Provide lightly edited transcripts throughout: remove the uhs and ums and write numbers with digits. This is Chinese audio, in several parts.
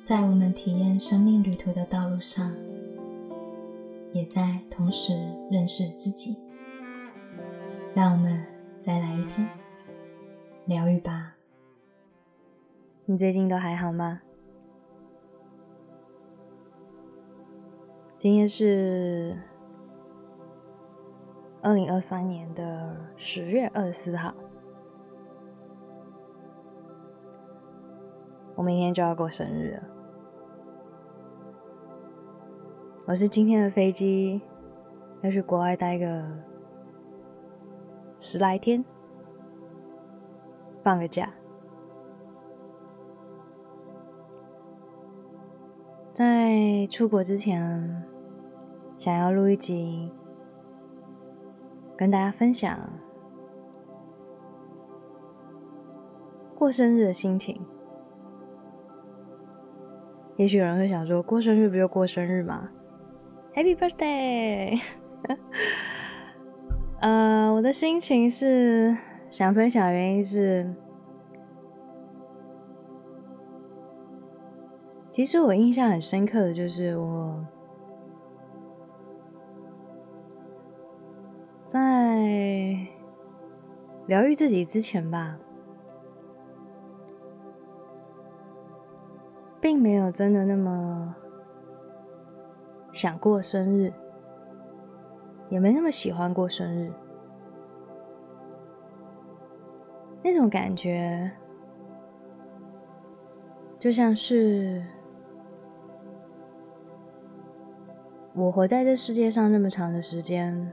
在我们体验生命旅途的道路上，也在同时认识自己。让我们再来一天疗愈吧。 你最近都还好吗？今天是2023年的10月24号，我明天就要过生日了。我是今天的飞机要去国外待个10来天，放个假。在出国之前，想要录一集跟大家分享过生日的心情。也许有人会想说，过生日不就过生日吗？ Happy birthday 我的心情是想分享的原因是，其实我印象很深刻的就是我在疗愈自己之前吧，并没有真的那么想过生日，也没那么喜欢过生日。那种感觉就像是我活在这世界上那么长的时间，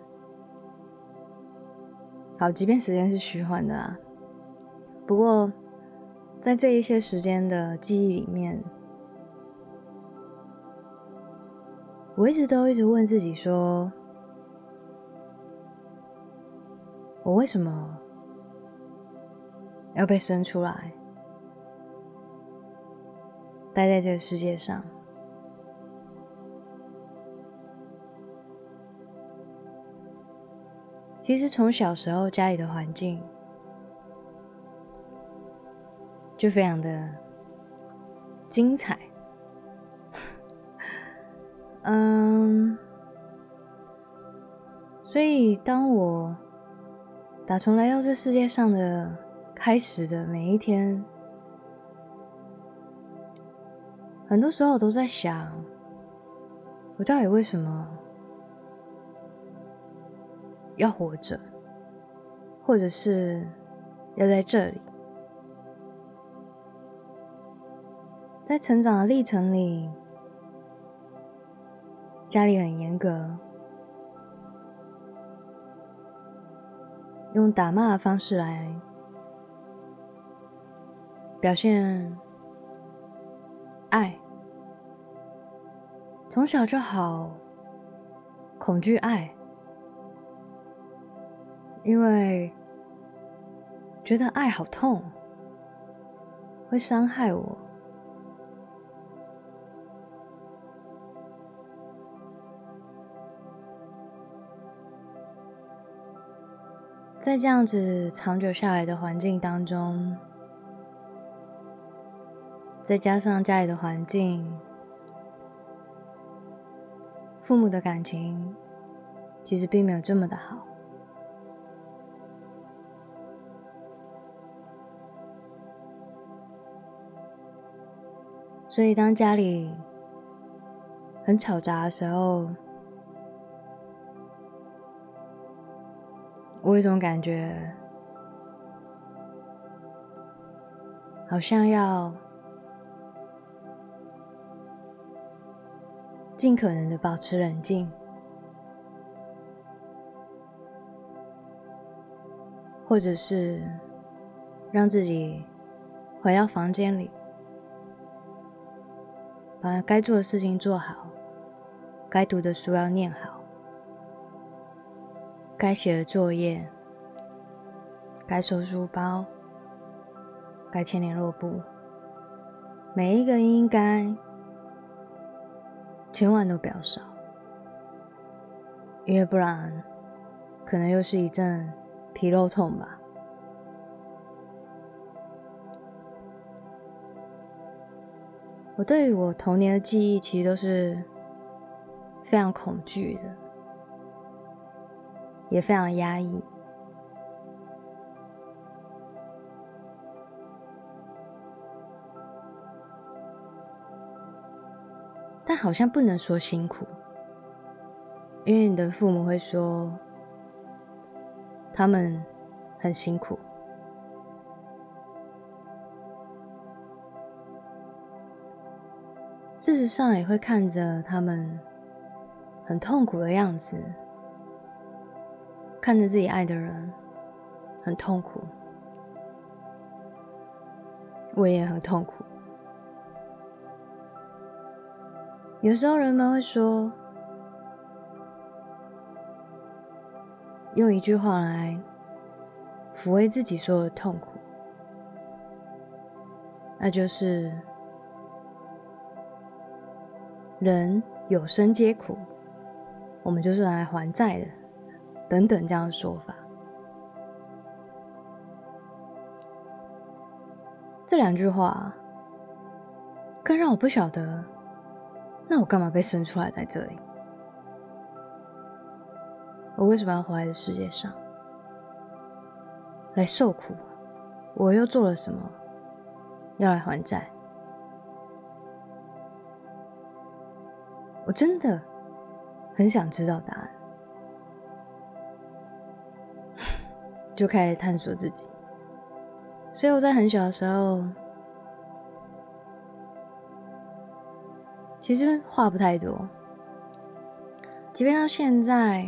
好，即便时间是虚幻的啦，不过在这一些时间的记忆里面，我一直问自己说，我为什么要被生出来，待在这个世界上？其实从小时候家里的环境就非常的精彩。所以当我打从来到这世界上的开始的每一天，很多时候我都在想，我到底为什么要活着，或者是要在这里。在成长的历程里，家里很严格，用打骂的方式来表现爱，从小就好恐惧爱，因为觉得爱好痛，会伤害我。在这样子长久下来的环境当中，再加上家里的环境，父母的感情其实并没有这么的好，所以当家里很吵杂的时候，我有一种感觉，好像要尽可能的保持冷静，或者是让自己回到房间里，把该做的事情做好，该读的书要念好，该写的作业，该收书包，该签联络簿，每一个应该千万都不要少，因为不然可能又是一阵皮肉痛吧。 我对于我童年的记忆其实都是非常恐惧的，也非常压抑。但好像不能说辛苦，因为你的父母会说他们很辛苦。事实上也会看着他们很痛苦的样子，看着自己爱的人很痛苦，我也很痛苦。有时候人们会说，用一句话来抚慰自己所有的痛苦，那就是人有生皆苦，我们就是来还债的，等等这样的说法。这两句话更让我不晓得，那我干嘛被生出来在这里？我为什么要活在这世界上来受苦？我又做了什么要来还债？我真的很想知道答案，就开始探索自己。所以我在很小的时候，其实话不太多，即便到现在，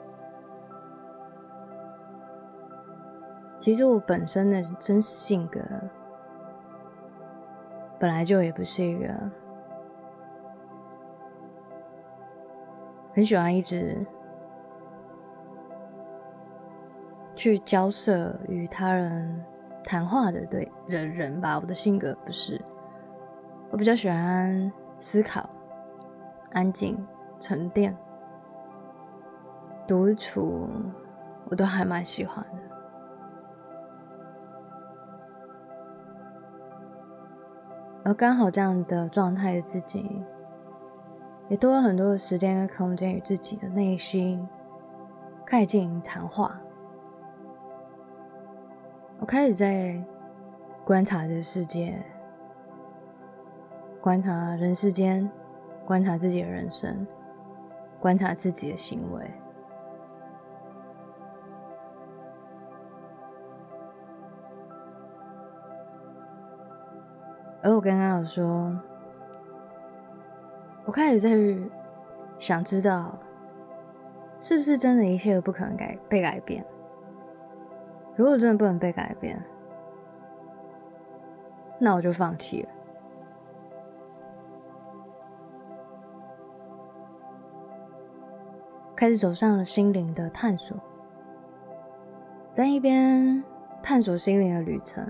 其实我本身的真实性格本来就也不是一个很喜欢一直去交涉与他人谈话的人吧。我的性格不是，我比较喜欢思考、安静、沉淀、独处，我都还蛮喜欢的。而刚好这样的状态的自己，也多了很多的时间跟空间与自己的内心开始进行谈话。我开始在观察这个世界，观察人世间，观察自己的人生，观察自己的行为。而我刚刚有说，我开始在想知道，是不是真的一切都不可能被改变？如果真的不能被改变，那我就放弃了。开始走上了心灵的探索，但一边探索心灵的旅程，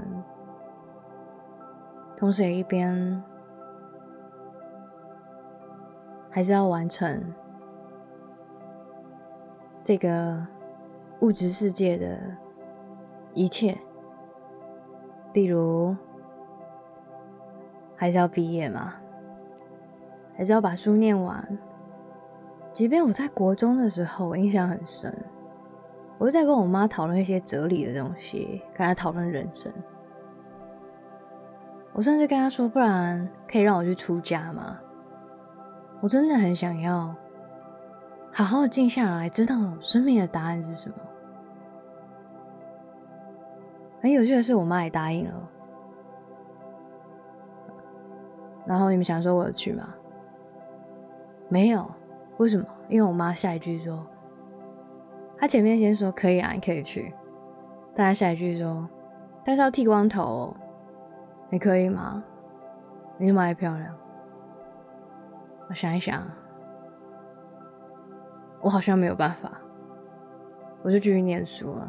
同时也一边还是要完成这个物质世界的一切，例如还是要毕业嘛，还是要把书念完。即便我在国中的时候，我印象很深，我就在跟我妈讨论一些哲理的东西，跟她讨论人生。我甚至跟她说，不然可以让我去出家吗？我真的很想要好好的静下来，知道生命的答案是什么。很有趣的是，我妈也答应了。然后你们想说我有去吗？没有。为什么？因为我妈下一句说，她前面先说可以啊，你可以去，但她下一句说，但是要剃光头哦，你可以吗？你那么爱漂亮。我想一想，我好像没有办法，我就继续念书了。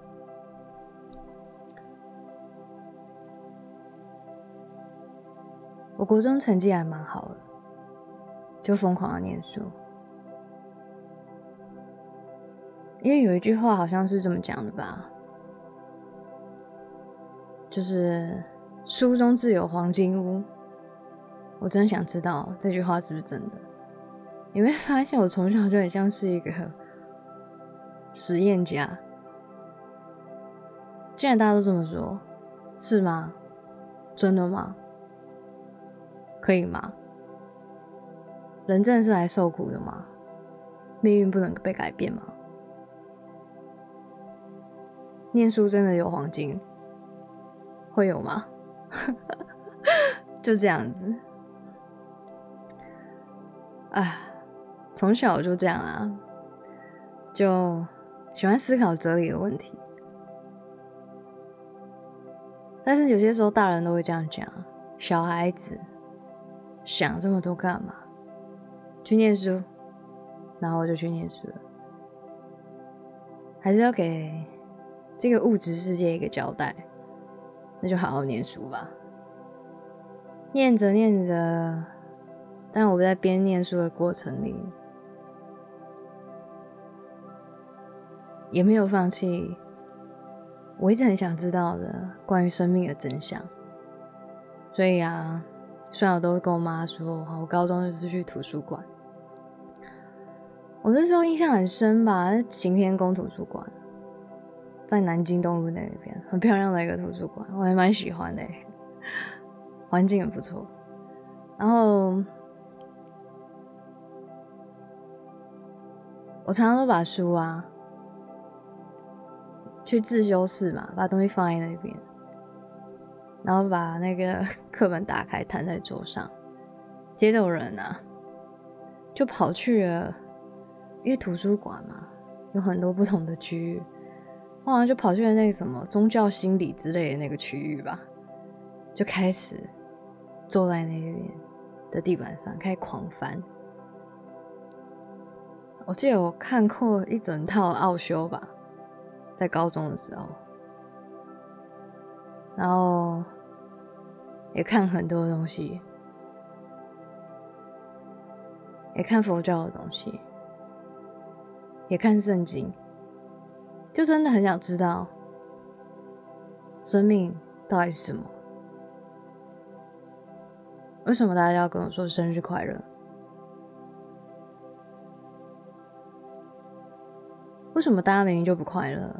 我国中成绩还蛮好的，就疯狂的念书。因为有一句话好像是这么讲的吧，就是书中自有黄金屋。 我真想知道这句话是不是真的。你会发现我从小就很像是一个实验家。既然大家都这么说，是吗？真的吗？可以吗？人真的是来受苦的吗？命运不能被改变吗？念书真的有黄金？会有吗？就这样子。从小就这样啊，就喜欢思考哲理的问题。但是有些时候大人都会这样讲，小孩子想这么多干嘛？去念书，然后我就去念书了。还是要给这个物质世界一个交代，那就好好念书吧。念着念着，但我在边念书的过程里，也没有放弃我一直很想知道的关于生命的真相。所以啊，虽然我都跟我妈说，我高中就是去图书馆。我那时候印象很深吧，行天宫图书馆，在南京东路那边，很漂亮的一个图书馆，我还蛮喜欢的，环境很不错。然后我常常都把书啊去自修室嘛，把东西放在那边，然后把那个课本打开摊在桌上。接着有人啊就跑去了，因为图书馆嘛有很多不同的区域，我好像就跑去了那个什么宗教心理之类的那个区域吧，就开始坐在那边的地板上开始狂翻。我记得我看过一整套奥修吧，在高中的时候，然后也看很多东西，也看佛教的东西，也看圣经，就真的很想知道生命到底是什么。为什么大家要跟我说生日快乐？为什么大家明明就不快乐，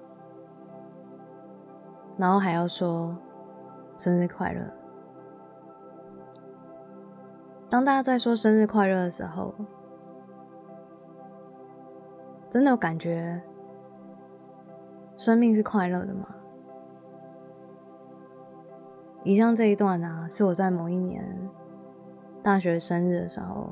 然后还要说生日快乐？当大家在说生日快乐的时候，真的有感觉生命是快乐的吗？以上这一段啊，是我在某一年大学生日的时候，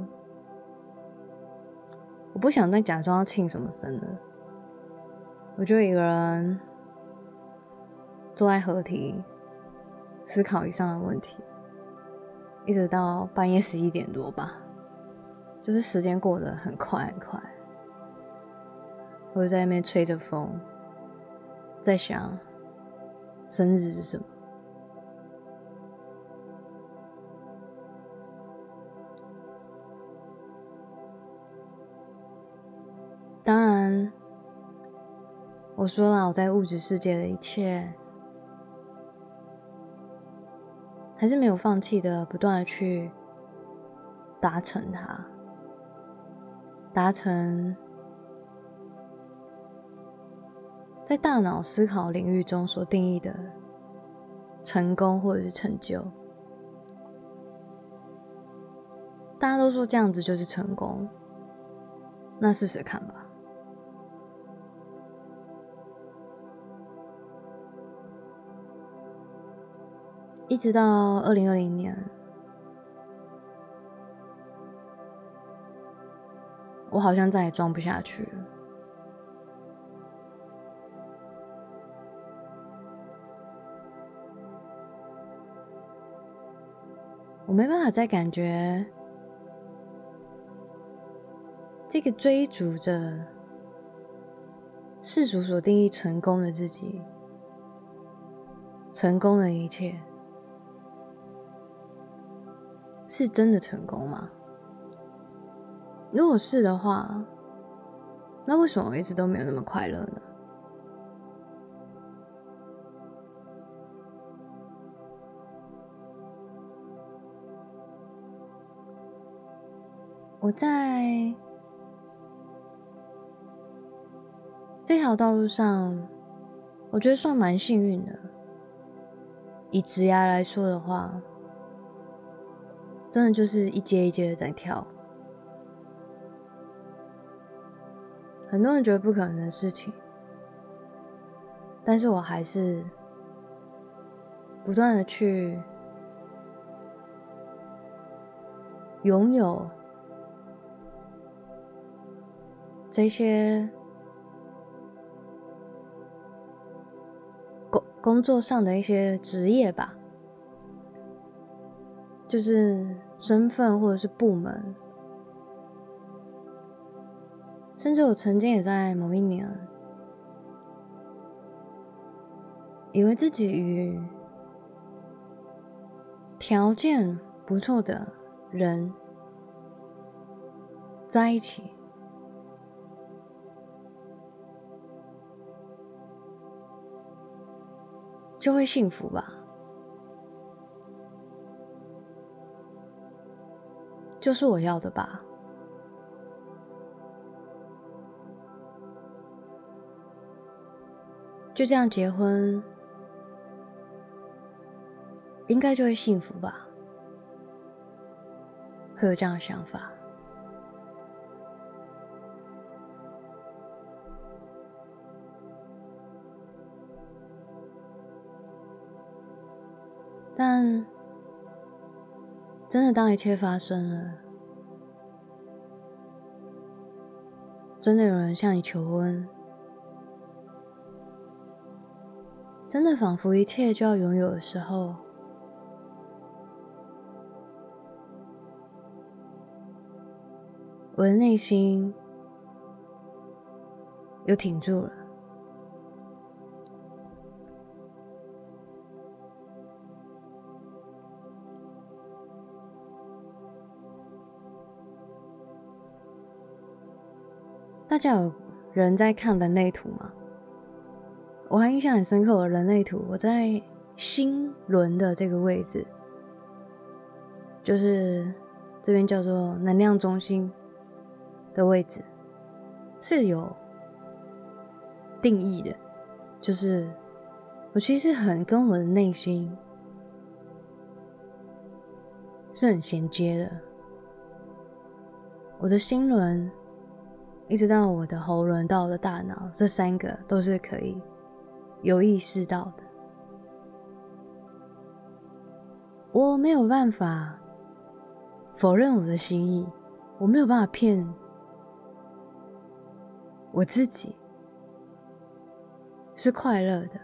我不想再假装要庆什么生了，我就一个人坐在河堤思考以上的问题，一直到半夜11点多吧，就是时间过得很快很快。我就在那边吹着风，在想生日是什么。当然我说了，我在物质世界的一切还是没有放弃的，不断的去达成它，达成在大脑思考领域中所定义的成功或者是成就。大家都说这样子就是成功，那试试看吧。一直到2020年，我好像再也装不下去了。我没办法再感觉这个追逐着世俗所定义成功的自己，成功的一切是真的成功吗？如果是的话，那为什么我一直都没有那么快乐呢？ 我在这条道路上，我觉得算蛮幸运的。以职涯来说的话，真的就是一阶一阶的在跳。很多人觉得不可能的事情，但是我还是不断的去拥有这些工作上的一些职业吧，就是身份或者是部门，甚至我曾经也在某一年以为自己与条件不错的人在一起，就会幸福吧，就是我要的吧。就这样结婚，应该就会幸福吧，会有这样的想法。但真的当一切发生了，真的有人向你求婚，真的仿佛一切就要拥有的时候，我的内心又挺住了。大家有人在看人类图吗？我还印象很深刻，我的人类图，我在心轮的这个位置，就是这边叫做能量中心的位置，是有定义的，就是我其实很跟我的内心是很衔接的。我的心轮一直到我的喉轮到我的大脑，这三个都是可以有意识到的。我没有办法否认我的心意，我没有办法骗我自己是快乐的。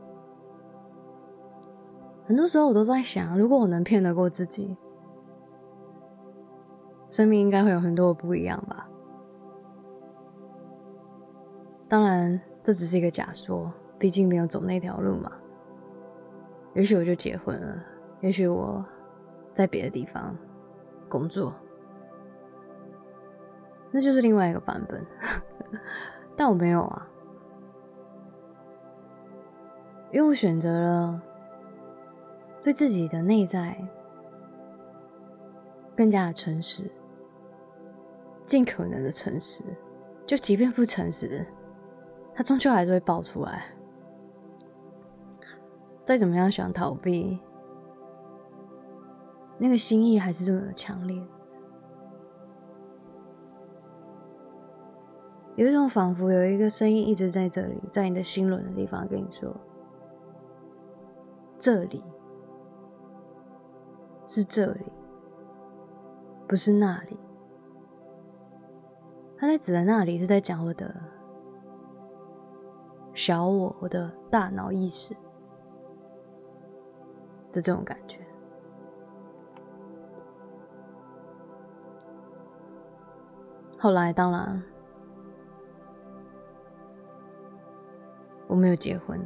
很多时候我都在想，如果我能骗得过自己，生命应该会有很多的不一样吧。当然这只是一个假说，毕竟没有走那条路嘛。也许我就结婚了，也许我在别的地方工作，那就是另外一个版本。但我没有啊，因为我选择了对自己的内在更加的诚实，尽可能的诚实，就即便不诚实，它终究还是会爆出来。再怎么样想逃避，那个心意还是这么的强烈。有一种仿佛有一个声音一直在这里，在你的心轮的地方跟你说，这里是这里，不是那里。他在指的那里是在讲我的小我，我的大脑意识的这种感觉。后来当然我没有结婚，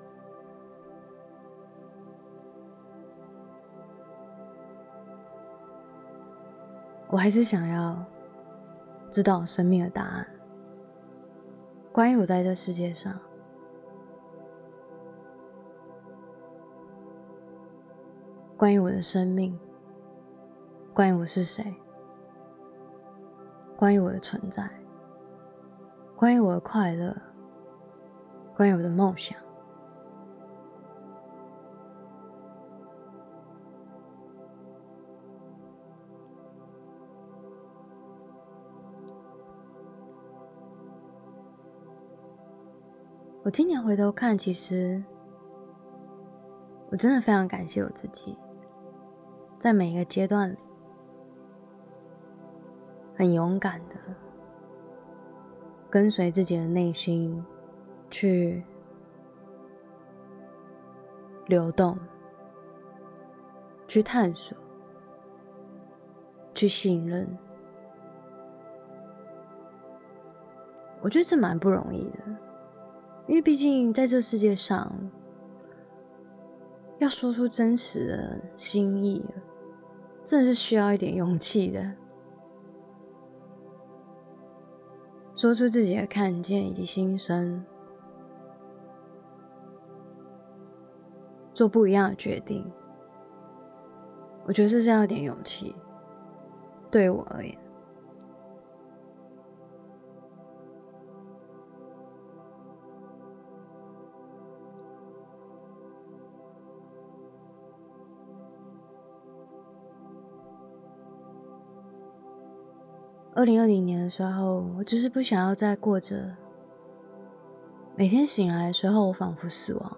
我还是想要知道生命的答案，关于我在这世界上，关于我的生命，关于我是谁。 关于我的存在，关于我的快乐，关于我的梦想。我今年回头看，其实我真的非常感谢我自己，在每一个阶段里很勇敢的跟随自己的内心去流动，去探索，去信任。我觉得这蛮不容易的，因为毕竟在这世界上，要说出真实的心意，真的是需要一点勇气的。说出自己的看见以及心声，做不一样的决定，我觉得这是要一点勇气，对于我而言。2020年的时候，我只是不想要再过着每天醒来的时候我仿佛死亡，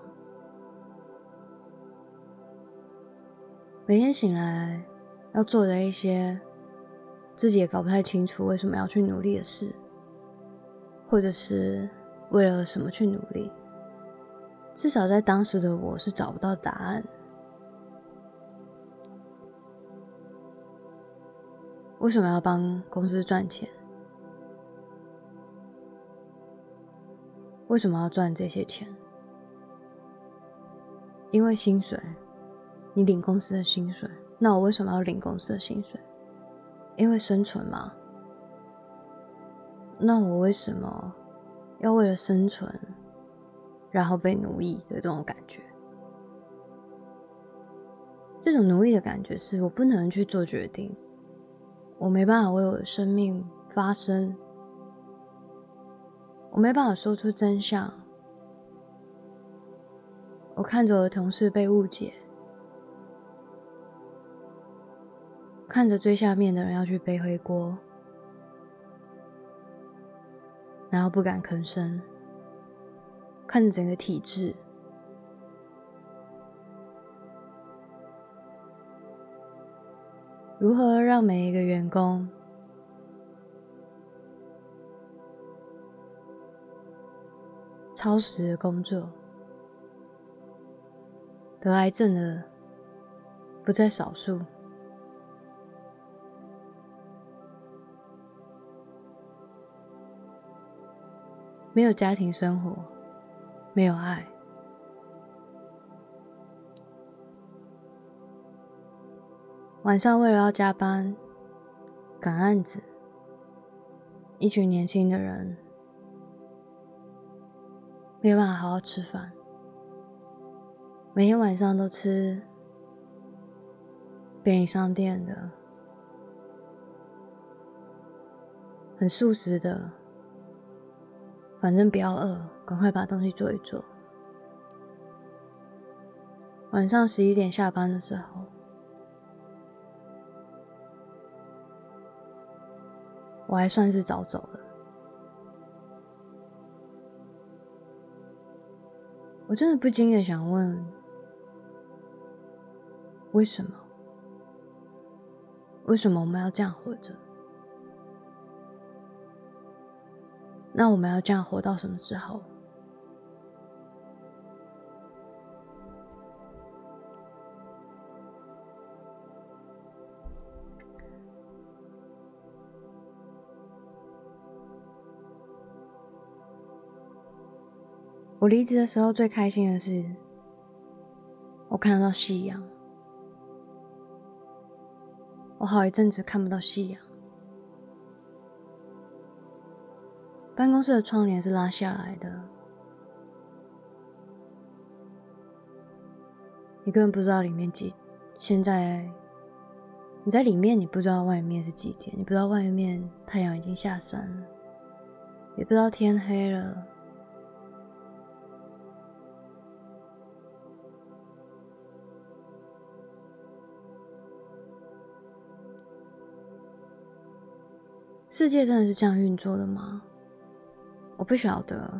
每天醒来要做的一些自己也搞不太清楚为什么要去努力的事，或者是为了什么去努力，至少在当时的我是找不到答案。为什么要帮公司赚钱？为什么要赚这些钱？因为薪水，你领公司的薪水，那我为什么要领公司的薪水？因为生存嘛。那我为什么要为了生存，然后被奴役的这种感觉？这种奴役的感觉是我不能去做决定，我没办法为我的生命发声，我没办法说出真相。我看着我的同事被误解，看着最下面的人要去背黑锅，然后不敢吭声，看着整个体制，如何让每一个员工超时的工作，得癌症的不在少数，没有家庭生活，没有爱。晚上为了要加班赶案子，一群年轻的人没有办法好好吃饭，每天晚上都吃便利商店的很速食的，反正不要饿，赶快把东西做一做。晚上11点下班的时候，我还算是早走了。我真的不禁的想问，为什么？为什么我们要这样活着？那我们要这样活到什么时候？我离职的时候最开心的是，我看得到夕阳。我好一阵子看不到夕阳。办公室的窗帘是拉下来的，你根本不知道里面现在你在里面，你不知道外面是几点，你不知道外面太阳已经下山了，也不知道天黑了。世界真的是这样运作的吗？我不晓得。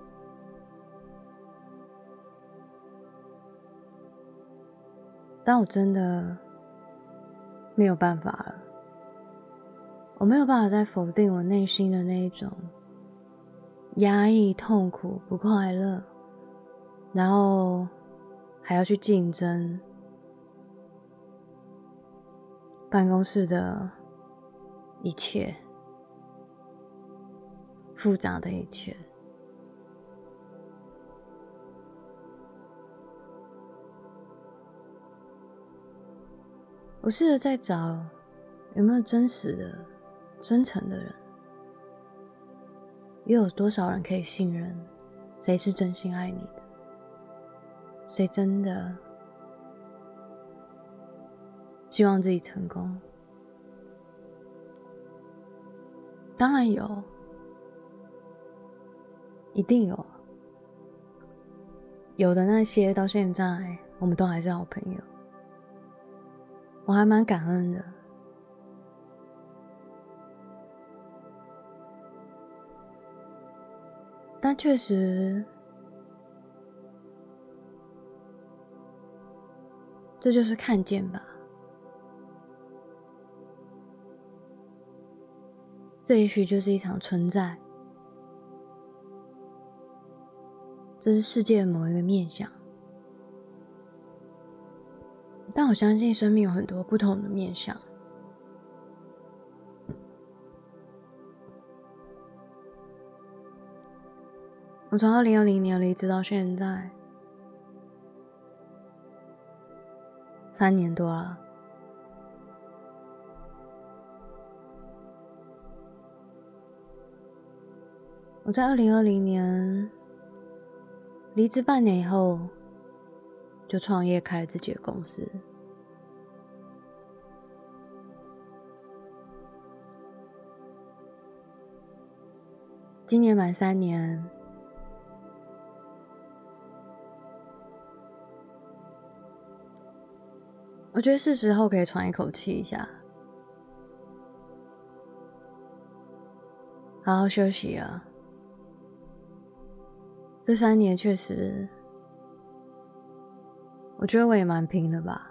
但我真的没有办法了，我没有办法再否定我内心的那一种压抑、痛苦、不快乐，然后还要去竞争办公室的一切，复杂的一切。我试着在找有没有真实的、真诚的人，又有多少人可以信任？谁是真心爱你的？谁真的希望自己成功？当然有，一定有。有的那些到现在我们都还是好朋友，我还蛮感恩的。但确实，这就是看见吧。这也许就是一场存在，这是世界的某一个面向。但我相信生命有很多不同的面向。我从2020年离职到现在3年多了。我在2020年离职半年以后，就创业开了自己的公司。今年满3年，我觉得是时候可以喘一口气一下，好好休息了。这3年确实，我觉得我也蛮拼的吧，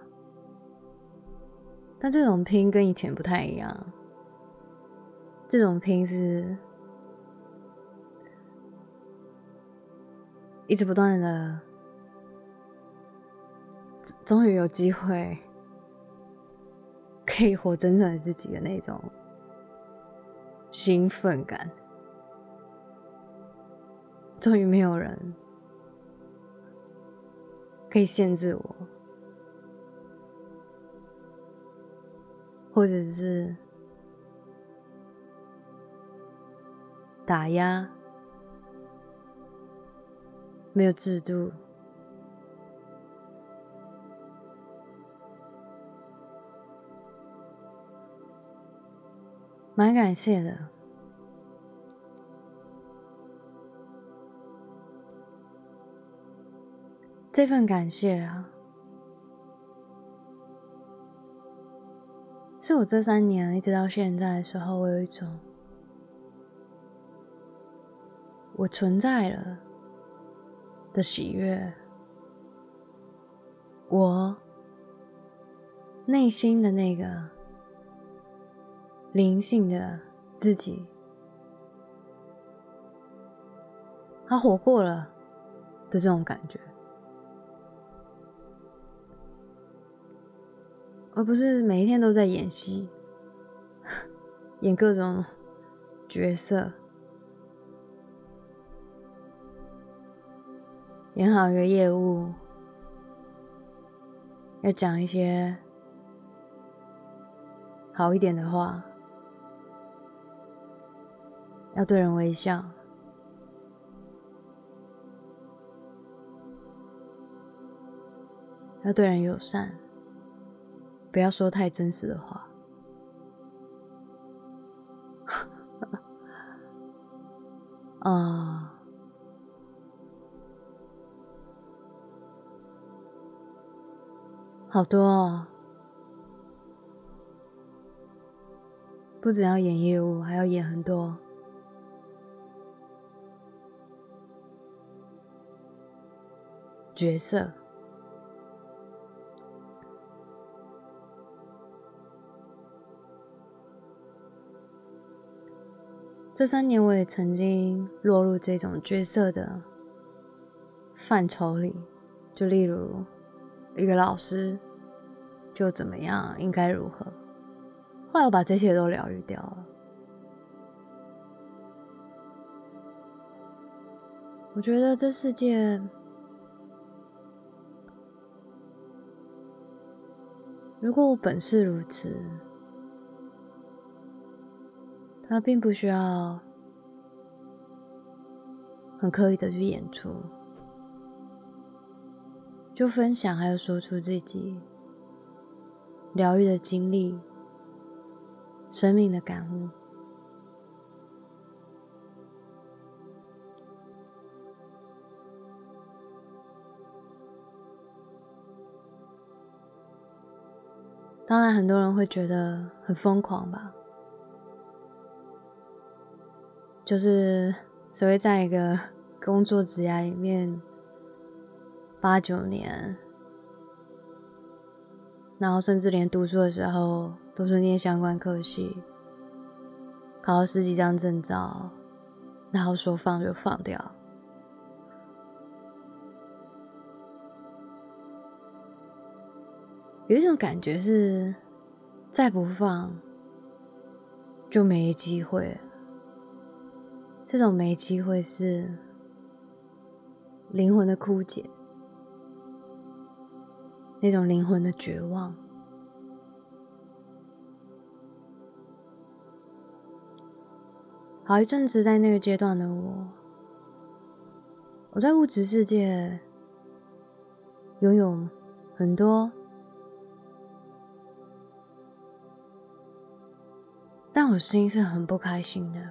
但这种拼跟以前不太一样。这种拼是一直不断的，终于有机会可以活真正的自己的那种兴奋感。终于没有人可以限制我，或者是打压，没有制度，蛮感谢的。这份感谢啊，是我这3年一直到现在的时候，我有一种我存在了的喜悦，我内心的那个灵性的自己，他活过了的这种感觉，而不是每一天都在演戏，演各种角色，演好一个业务，要讲一些好一点的话，要对人微笑，要对人友善，不要说太真实的话。 好多哦，不只要演业务，还要演很多角色。这3年我也曾经落入这种角色的范畴里，就例如一个老师就怎么样，应该如何。后来我把这些都疗愈掉了。我觉得这世界如果我本是如此，它并不需要很刻意的去演出，就分享还有说出自己疗愈的经历、生命的感悟。当然很多人会觉得很疯狂吧，就是谁会在一个工作职涯里面8、9年，然后甚至连读书的时候都是念相关科系，考了10几张证照，然后说放就放掉。有一种感觉是再不放就没机会了，这种没机会是灵魂的枯竭，那种灵魂的绝望。好一阵子在那个阶段的我在物质世界拥有很多，但我心是很不开心的，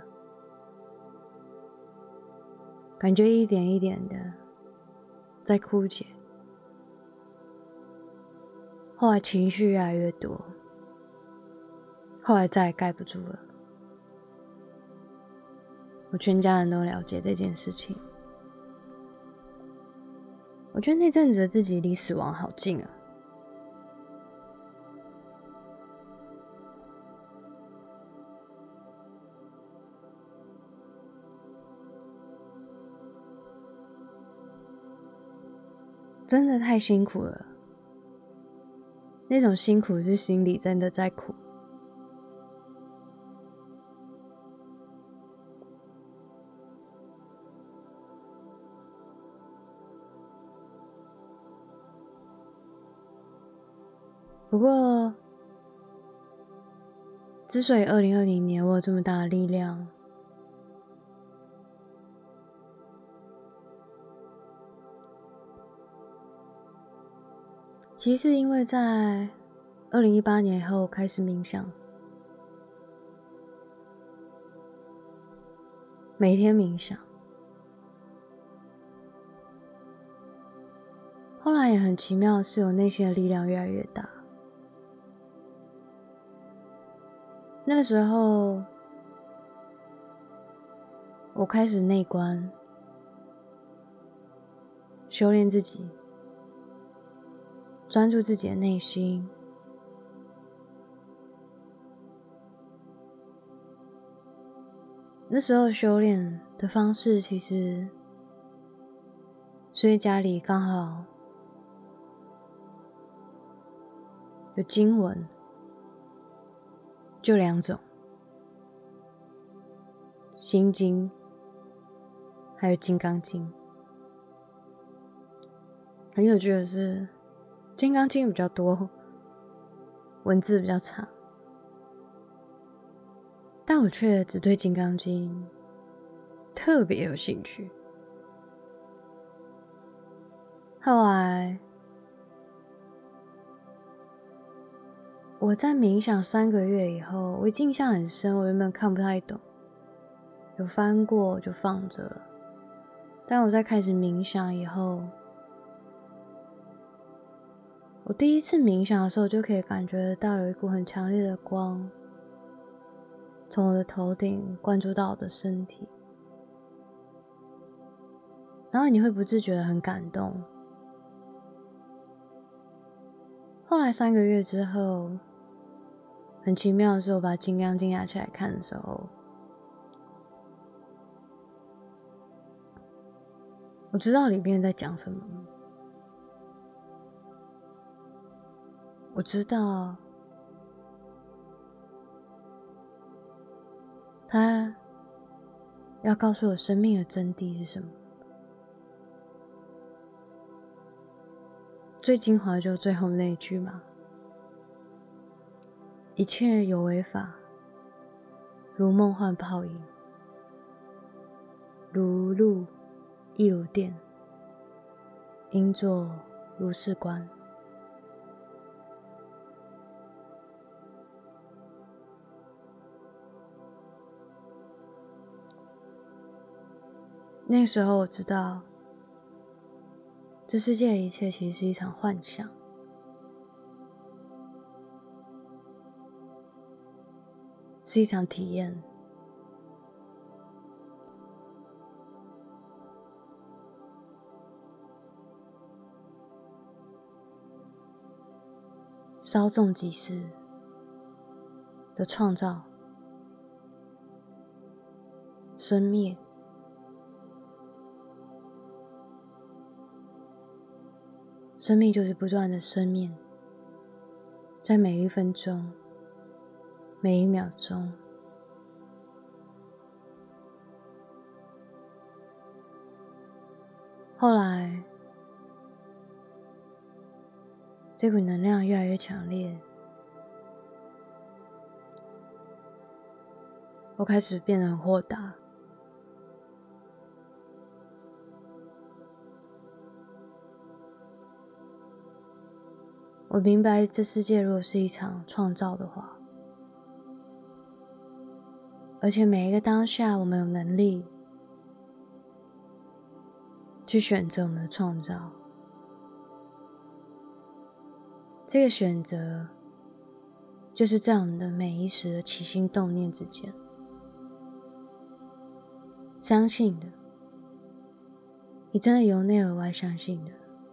感觉一点一点的在枯竭。后来情绪越来越多，后来再也盖不住了。我全家人都了解这件事情。我觉得那阵子的自己离死亡好近啊。真的太辛苦了，那种辛苦是心里真的在苦。不过之所以2020年我有这么大的力量，其实是因为在2018年以后开始冥想，每天冥想，后来也很奇妙的是，我内心的力量越来越大。那个时候我开始内观，修炼自己，专注自己的内心。那时候修炼的方式其实是因为家里刚好有经文，就2种，心经还有金刚经。很有趣的是，金刚经比较多，文字比较长，但我却只对金刚经特别有兴趣。后来我在冥想3个月以后，我印象很深，我原本看不太懂， 有翻过就放着了。但我在开始冥想以后，我第一次冥想的时候就可以感觉到有一股很强烈的光从我的头顶灌注到我的身体，然后你会不自觉的很感动。后来3个月之后，很奇妙的是，我把《金刚经》拿起来看的时候，我知道里面在讲什么。我知道他要告诉我生命的真谛是什么。最精华就最后那一句嘛，一切有为法，如梦幻泡影，如露亦如电，应作如是观。那时候我知道，这世界的一切其实是一场幻想，是一场体验。稍纵即逝的创造、生灭，生命就是不断的生灭，在每一分钟、每一秒钟。后来，这股能量越来越强烈，我开始变得很豁达。我明白，这世界如果是一场创造的话，而且每一个当下，我们有能力去选择我们的创造。这个选择，就是在我们的每一时的起心动念之间。相信的，你真的由内而外相信的。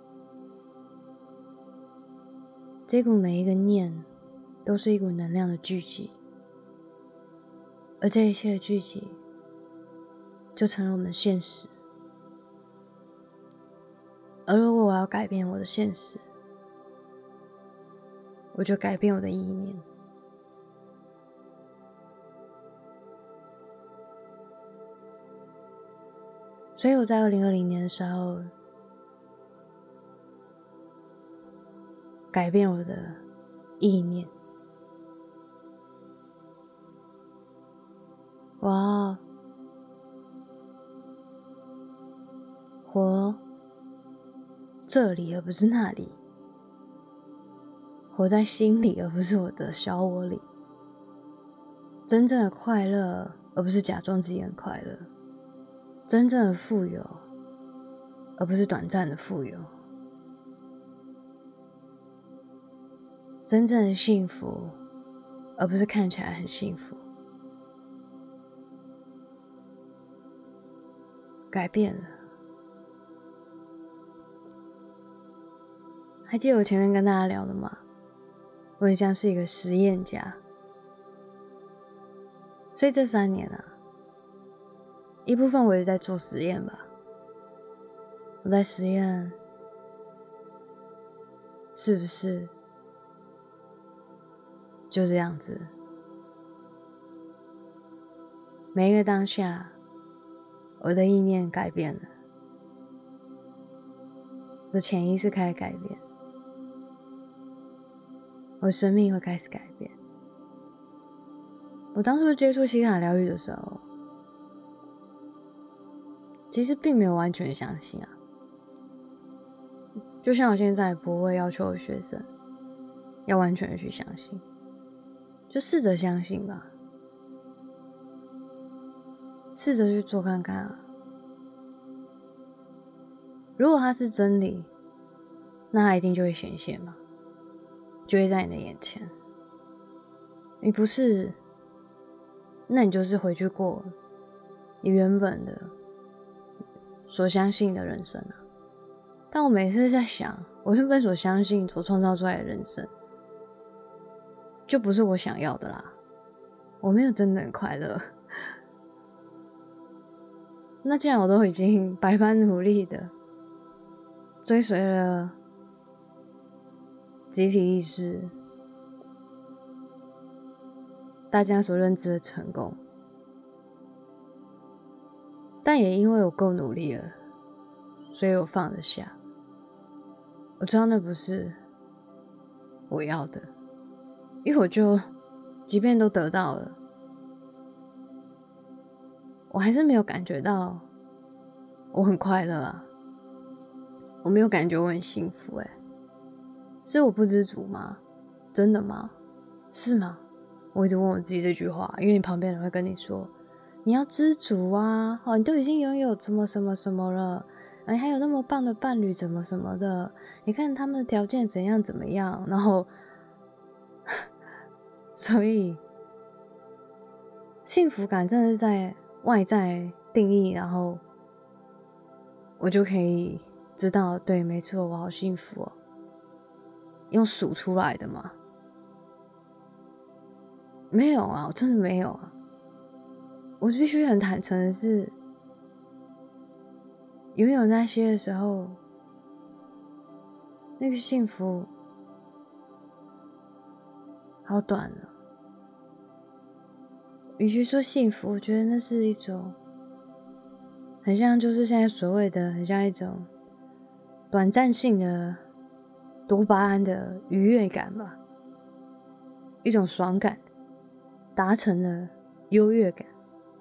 这股每一个念都是一股能量的聚集，而这一切的聚集就成了我们的现实。而如果我要改变我的现实，我就改变我的意念。所以我在2020年的时候改变我的意念，我要活这里而不是那里，活在心里而不是我的小我里，真正的快乐而不是假装自己很快乐，真正的富有而不是短暂的富有，真正的幸福而不是看起来很幸福。改变了。还记得我前面跟大家聊的吗？我很像是一个实验家，所以这3年啊，一部分我也在做实验吧。我在实验是不是就这样子，每一个当下我的意念改变了，我的潜意识开始改变，我的生命会开始改变。我当初接触西塔疗愈的时候，其实并没有完全相信啊，就像我现在不会要求我学生要完全的去相信，就试着相信吧， 试着去做看看啊。如果它是真理，那它一定就会显现嘛，就会在你的眼前。你不是，那你就是回去过你原本的所相信的人生啊。但我每次在想，我原本所相信、所创造出来的人生，就不是我想要的啦。我没有真的很快乐。那既然我都已经百般努力的追随了集体意识，大家所认知的成功，但也因为我够努力了，所以我放得下。我知道那不是我要的，因为我就即便都得到了，我还是没有感觉到我很快乐啊。我没有感觉我很幸福是我不知足吗？真的吗？是吗？我一直问我自己这句话，因为你旁边人会跟你说，你要知足啊，你都已经拥有什么什么什么了，你还有那么棒的伴侣，怎么什么的，你看他们的条件怎样怎么样，然后所以幸福感真的是在外在定义，然后我就可以知道，对，没错，我好幸福哦，用数出来的吗？没有啊，我真的没有啊。我必须很坦诚的是，拥有那些的时候，那个幸福好短了。与其说幸福，我觉得那是一种很像就是现在所谓的很像一种短暂性的多巴胺的愉悦感吧，一种爽感，达成了优越感。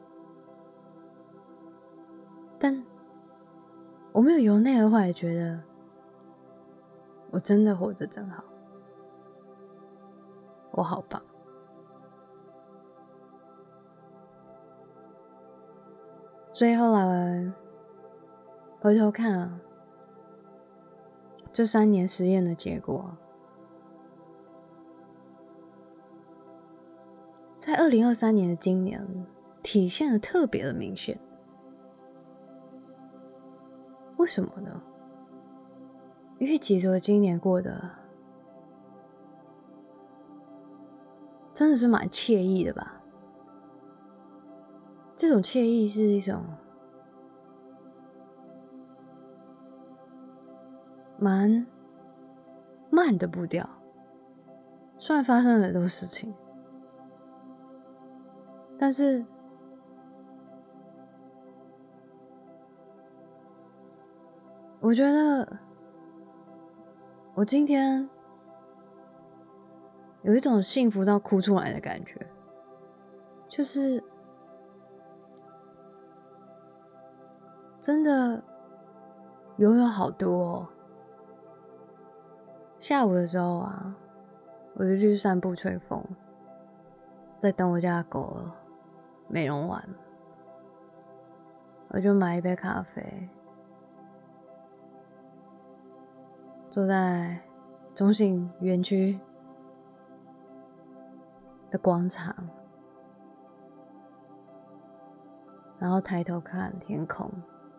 但我没有由内而外觉得我真的活着真好，我好棒。所以后来回头看啊，这3年实验的结果，在2023年的今年体现得特别的明显。为什么呢？因为其实我今年过得真的是蛮惬意的吧。这种惬意是一种蛮慢的步调，虽然发生了很多事情，但是我觉得我今天有一种幸福到哭出来的感觉，就是真的拥有好多哦。下午的时候啊，我就去散步吹风，在等我家的狗美容完，我就买一杯咖啡，坐在中信园区的广场，然后抬头看天空。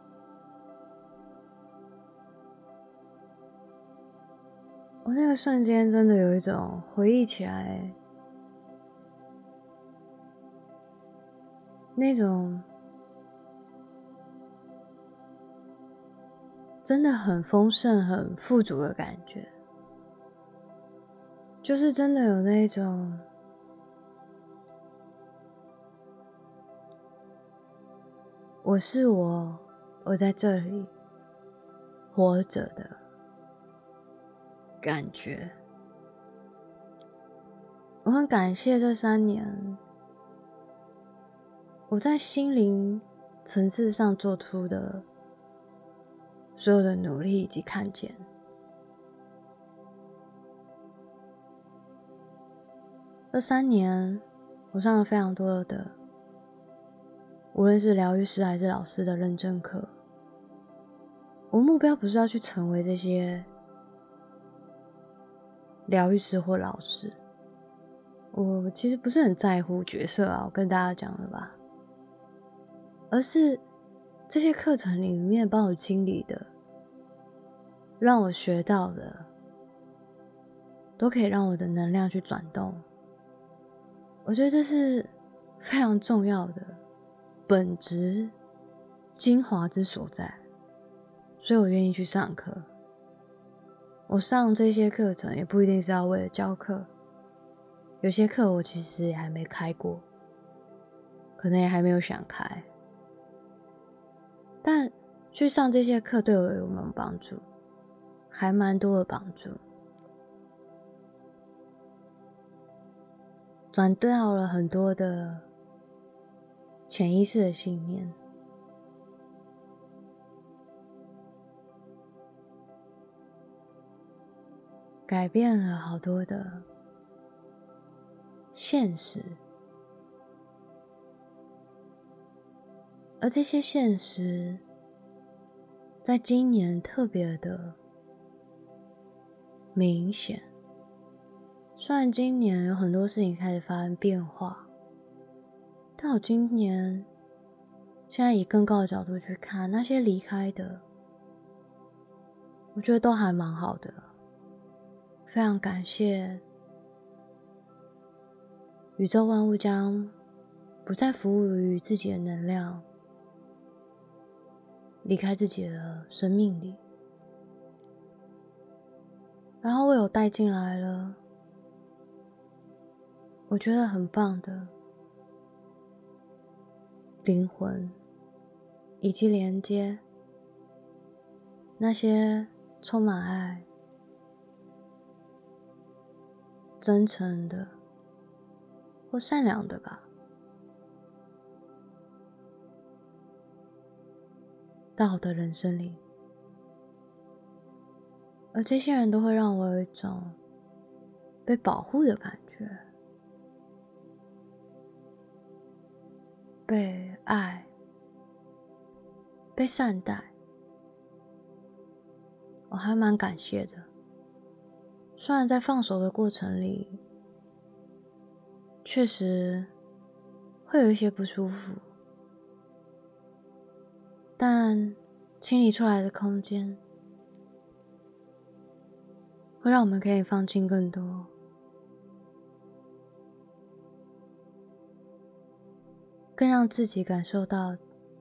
我那个瞬间真的有一种回忆起来那种真的很丰盛很富足的感觉，就是真的有那种我是我在这里活着的感觉。我很感谢这3年我在心灵层次上做出的所有的努力以及看见。这3年我上了非常多的无论是疗愈师还是老师的认证课，我目标不是要去成为这些疗愈师或老师，我其实不是很在乎角色啊，我跟大家讲了吧，而是这些课程里面帮我清理的，让我学到的，都可以让我的能量去转动。我觉得这是非常重要的本质精华之所在，所以我愿意去上课。我上这些课程也不一定是要为了教课，有些课我其实也还没开过，可能也还没有想开，但去上这些课对我有没有帮助？还蛮多的帮助，转掉了很多的潜意识的信念，改变了好多的现实，而这些现实在今年特别的明显。虽然今年有很多事情开始发生变化，但我今年现在以更高的角度去看，那些离开的，我觉得都还蛮好的。非常感谢宇宙万物将不再服务于自己的能量，离开自己的生命里，然后我有带进来了我觉得很棒的灵魂，以及连接那些充满爱、真诚的或善良的吧，到我的人生里，而这些人都会让我有一种被保护的感觉，被爱、被善待，我还蛮感谢的。虽然在放手的过程里，确实会有一些不舒服，但清理出来的空间，会让我们可以放轻更多，更让自己感受到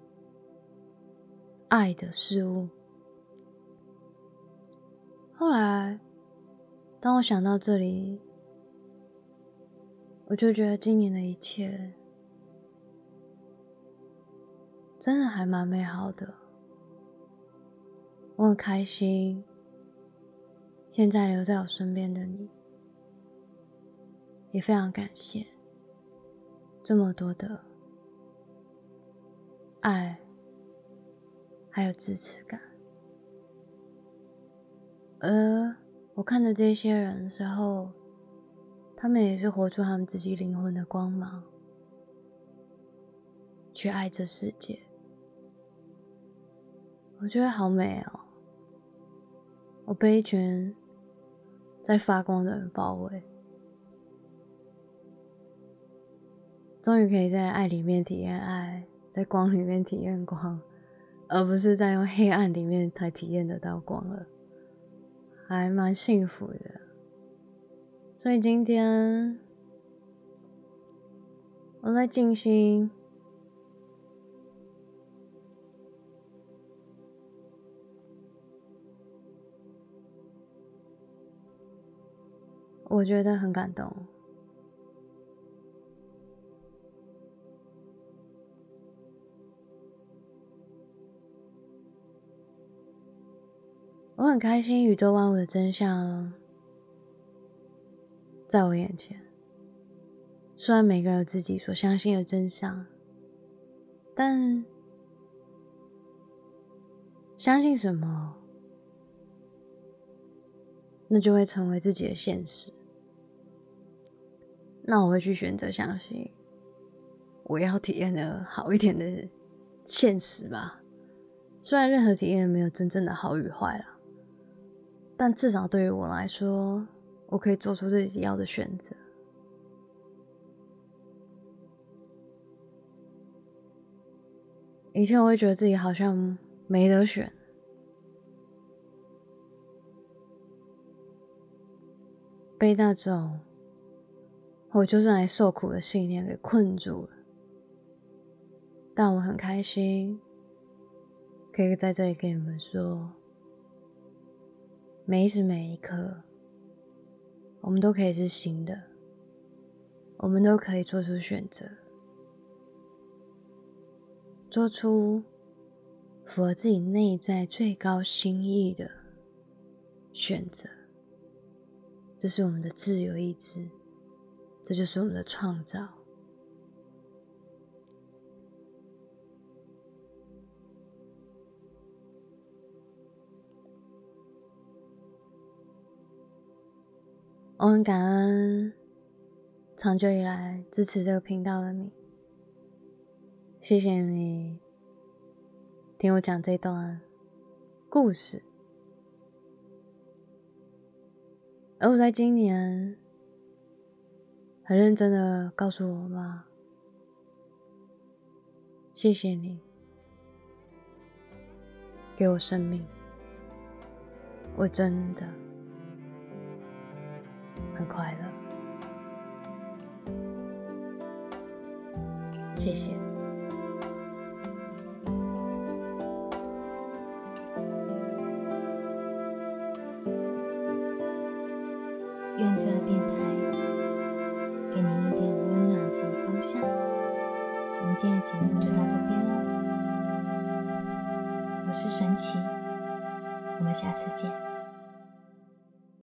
爱的事物。后来当我想到这里，我就觉得今年的一切真的还蛮美好的。我很开心现在留在我身边的你，也非常感谢这么多的爱还有支持感。而我看着这些人的时候，他们也是活出他们自己灵魂的光芒，去爱这世界，我觉得好美哦。我被一群在发光的人包围，终于可以在爱里面体验爱，在光里面体验光，而不是在用黑暗里面才体验得到光了，还蛮幸福的。所以今天我在静心，我觉得很感动。我很开心宇宙万物的真相在我眼前，虽然每个人有自己所相信的真相，但相信什么，那就会成为自己的现实。那我会去选择相信， 我要体验的好一点的现实吧。虽然任何体验没有真正的好与坏啦，但至少对于我来说，我可以做出自己要的选择。以前我会觉得自己好像没得选，被那种我就是来受苦的信念给困住了。但我很开心可以在这里跟你们说，每一时每一刻我们都可以是新的，我们都可以做出选择，做出符合自己内在最高心意的选择。这是我们的自由意志，这就是我们的创造。我很感恩长久以来支持这个频道的你，谢谢你听我讲这段故事。而我在今年很认真的告诉我妈，谢谢你给我生命，我真的很快乐，谢谢。 愿这电台给您一点温暖及方向。我们今天的节目就到这边咯，我是神奇，我们下次见。